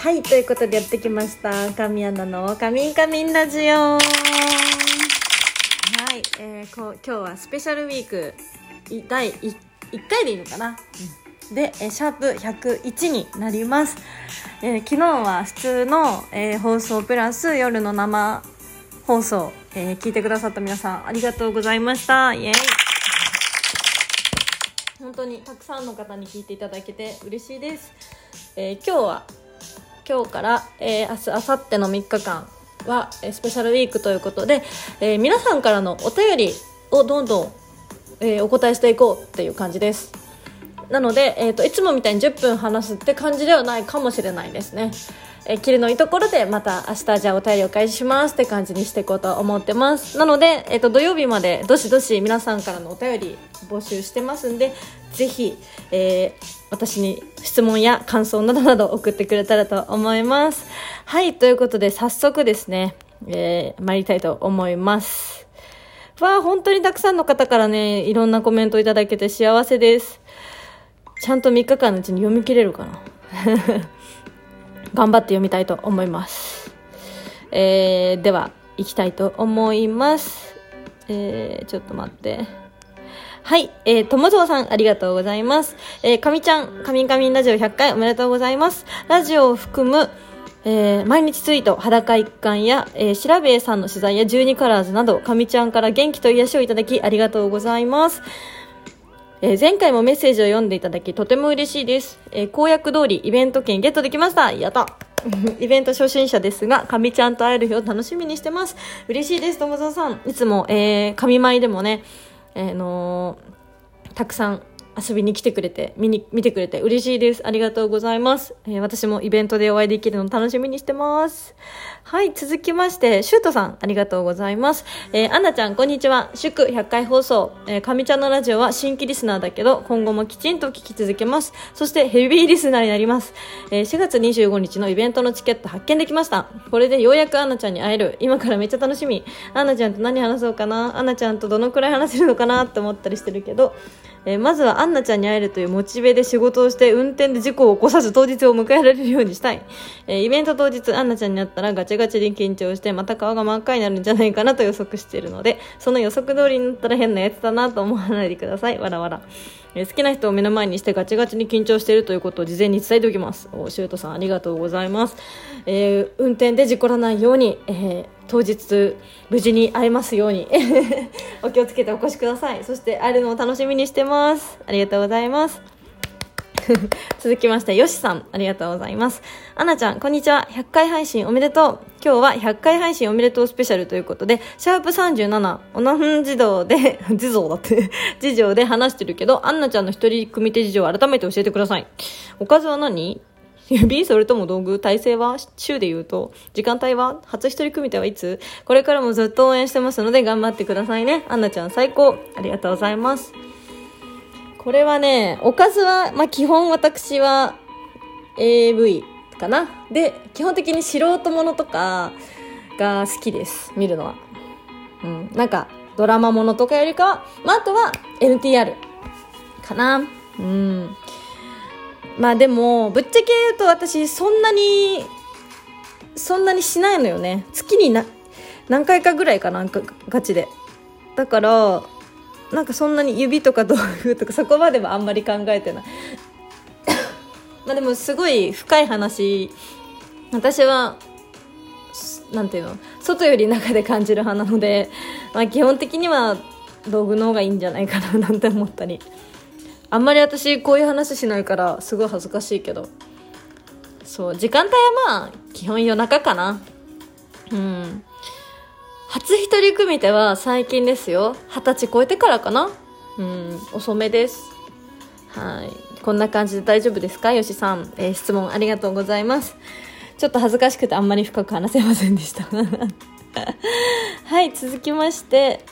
はい、ということでやってきました神アナのカミンカミンラジオ。はい、今日はスペシャルウィーク第1回でいいのかな、で、シャープ101になります。昨日は普通の、放送プラス夜の生放送、聞いてくださった皆さんありがとうございました。イエイ。本当にたくさんの方に聞いていただけて嬉しいです。今日から、明日明後日の3日間はスペシャルウィークということで、皆さんからのお便りをどんどん、お答えしていこうっていう感じです。なので、いつもみたいに10分話すって感じではないかもしれないですね。切りのいいところでまた明日じゃあお便りを開始しますって感じにしていこうと思ってます。なので、土曜日までどしどし皆さんからのお便り募集してますんで、ぜひ、私に質問や感想などなど送ってくれたらと思います。はい、ということで早速ですね、参りたいと思います。本当にたくさんの方からね、いろんなコメントいただけて幸せです。ちゃんと3日間のうちに読み切れるかな頑張って読みたいと思います。では行きたいと思います。ちょっと待って。はい、友蔵さんありがとうございます。かみちゃん、カミンカミンラジオ100回おめでとうございます。ラジオを含む、毎日ツイート、裸一貫や、調べさんの取材や12カラーズなど、かみちゃんから元気と癒しをいただきありがとうございます。前回もメッセージを読んでいただきとても嬉しいです。公約通りイベント券ゲットできました。やったイベント初心者ですが、かみちゃんと会える日を楽しみにしてます。嬉しいです。友蔵さんいつも、神舞でもね、たくさん遊びに来てくれて見てくれて嬉しいです。ありがとうございます。私もイベントでお会いできるの楽しみにしてます。はい、続きましてシュートさんありがとうございます。アンナちゃんこんにちは。祝100回放送、かみちゃんのラジオは新規リスナーだけど今後もきちんと聞き続けます。そしてヘビーリスナーになります。4月25日のイベントのチケット発見できました。これでようやくアンナちゃんに会える。今からめっちゃ楽しみ。アンナちゃんと何話そうかな、アンナちゃんとどのくらい話せるのかなって思ったりしてるけど、まずはアンナちゃんに会えるというモチベで仕事をして運転で事故を起こさず当日を迎えられるようにしたい。イベント当日アンナちゃんに会ったらガチガチに緊張してまた顔が真っ赤になるんじゃないかなと予測しているので、その予測通りになったら変なやつだなと思わないでください。わらわら。好きな人を目の前にしてガチガチに緊張しているということを事前に伝えておきます。シュートさんありがとうございます。運転で事故らないように、当日無事に会えますようにお気をつけてお越しください。そして会えるのを楽しみにしてます。ありがとうございます続きましてよしさんありがとうございます。アナちゃんこんにちは。100回配信おめでとう。今日は100回配信おめでとうスペシャルということでシャープ37オナフン児童で事情で話してるけど、アンナちゃんの一人組手事情を改めて教えてください。おかずは何？指それとも道具？体制は？週で言うと時間帯は？初一人組手はいつ？これからもずっと応援してますので頑張ってくださいね。アンナちゃん最高。ありがとうございます。これはね、おかずは、基本私は AV かな。で、基本的に素人ものとかが好きです。見るのは。なんかドラマものとかよりかは、あとは NTR かな。でもぶっちゃけ言うと私そんなにしないのよね。月に何回かぐらいかな、ガチで。だからなんかそんなに指とか道具とかそこまではあんまり考えてないでもすごい深い話、私はなんていうの、外より中で感じる派なので、基本的には道具の方がいいんじゃないかななんて思ったり。あんまり私こういう話しないからすごい恥ずかしいけど、そう時間帯は基本夜中かな。初一人組手は最近ですよ。20歳超えてからかな。遅めです。はい、こんな感じで大丈夫ですか？よしさん、質問ありがとうございます。ちょっと恥ずかしくてあんまり深く話せませんでしたはい、続きまして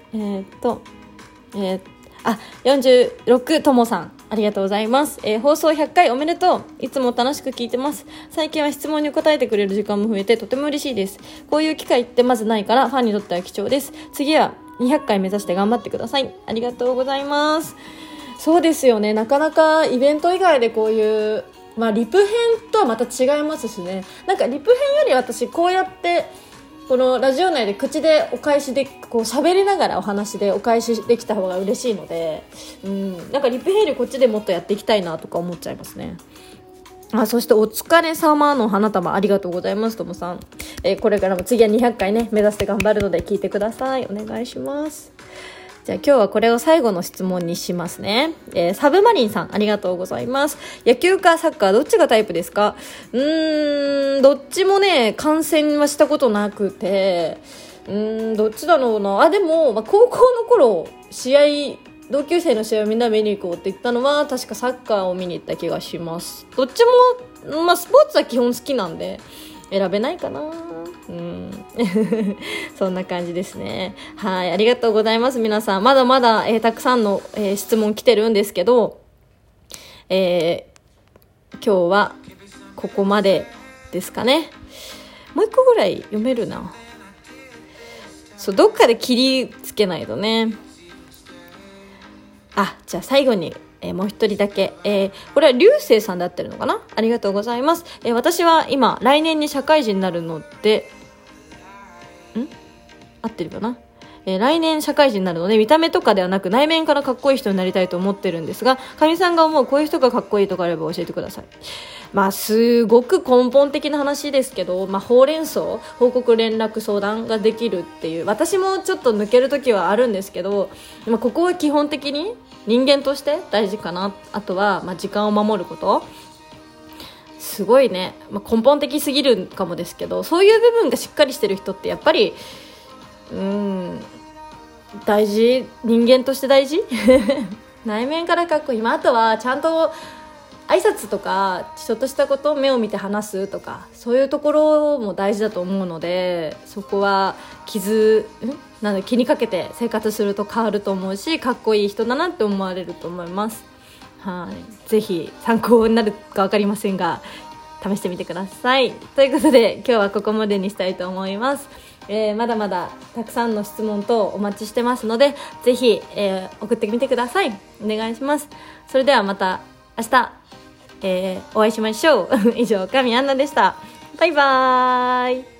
46ともさんありがとうございます。放送100回おめでとう。いつも楽しく聞いてます。最近は質問に答えてくれる時間も増えてとても嬉しいです。こういう機会ってまずないからファンにとっては貴重です。次は200回目指して頑張ってください。ありがとうございます。そうですよね、なかなかイベント以外でこういうまあリプ編とはまた違いますしね。なんかリプ編より私こうやってこのラジオ内で口でお返しでこう喋りながらお話でお返しできた方が嬉しいので、なんかリプ編よりこっちでもっとやっていきたいなとか思っちゃいますね。そしてお疲れ様の花束ありがとうございますともさん、これからも次は200回ね目指して頑張るので聞いてください。お願いします。じゃあ今日はこれを最後の質問にしますね。サブマリンさんありがとうございます。野球かサッカーどっちがタイプですか？どっちもね観戦はしたことなくて、どっちだろうな。でも、高校の頃同級生の試合をみんな見に行こうって言ったのは確かサッカーを見に行った気がします。どっちも、スポーツは基本好きなんで選べないかな。そんな感じですね。はい、ありがとうございます。皆さんまだまだ、たくさんの、質問来てるんですけど、今日はここまでですかね。もう一個ぐらい読めるな。どっかで切りつけないとね。じゃあ最後にもう一人だけ、これは流星さんで合ってるのかな。ありがとうございます。私は今来年に社会人になるので合ってるかな。来年社会人になるので見た目とかではなく内面からかっこいい人になりたいと思ってるんですが、かみさんが思うこういう人がかっこいいとかあれば教えてください。すごく根本的な話ですけど、ほうれん草報告連絡相談ができるっていう、私もちょっと抜ける時はあるんですけど、ここは基本的に人間として大事かな。あとは、時間を守ることすごいね、根本的すぎるかもですけど、そういう部分がしっかりしてる人ってやっぱり大事、人間として大事内面からかっこいい。あとはちゃんと挨拶とかちょっとしたことを目を見て話すとか、そういうところも大事だと思うので、そこは気にかけて生活すると変わると思うし、かっこいい人だなって思われると思います。はい、ぜひ参考になるか分かりませんが試してみてください。ということで今日はここまでにしたいと思います。まだまだたくさんの質問等お待ちしてますので、ぜひ、送ってみてください。お願いします。それではまた明日、お会いしましょう。以上、神アンナでした。バイバーイ。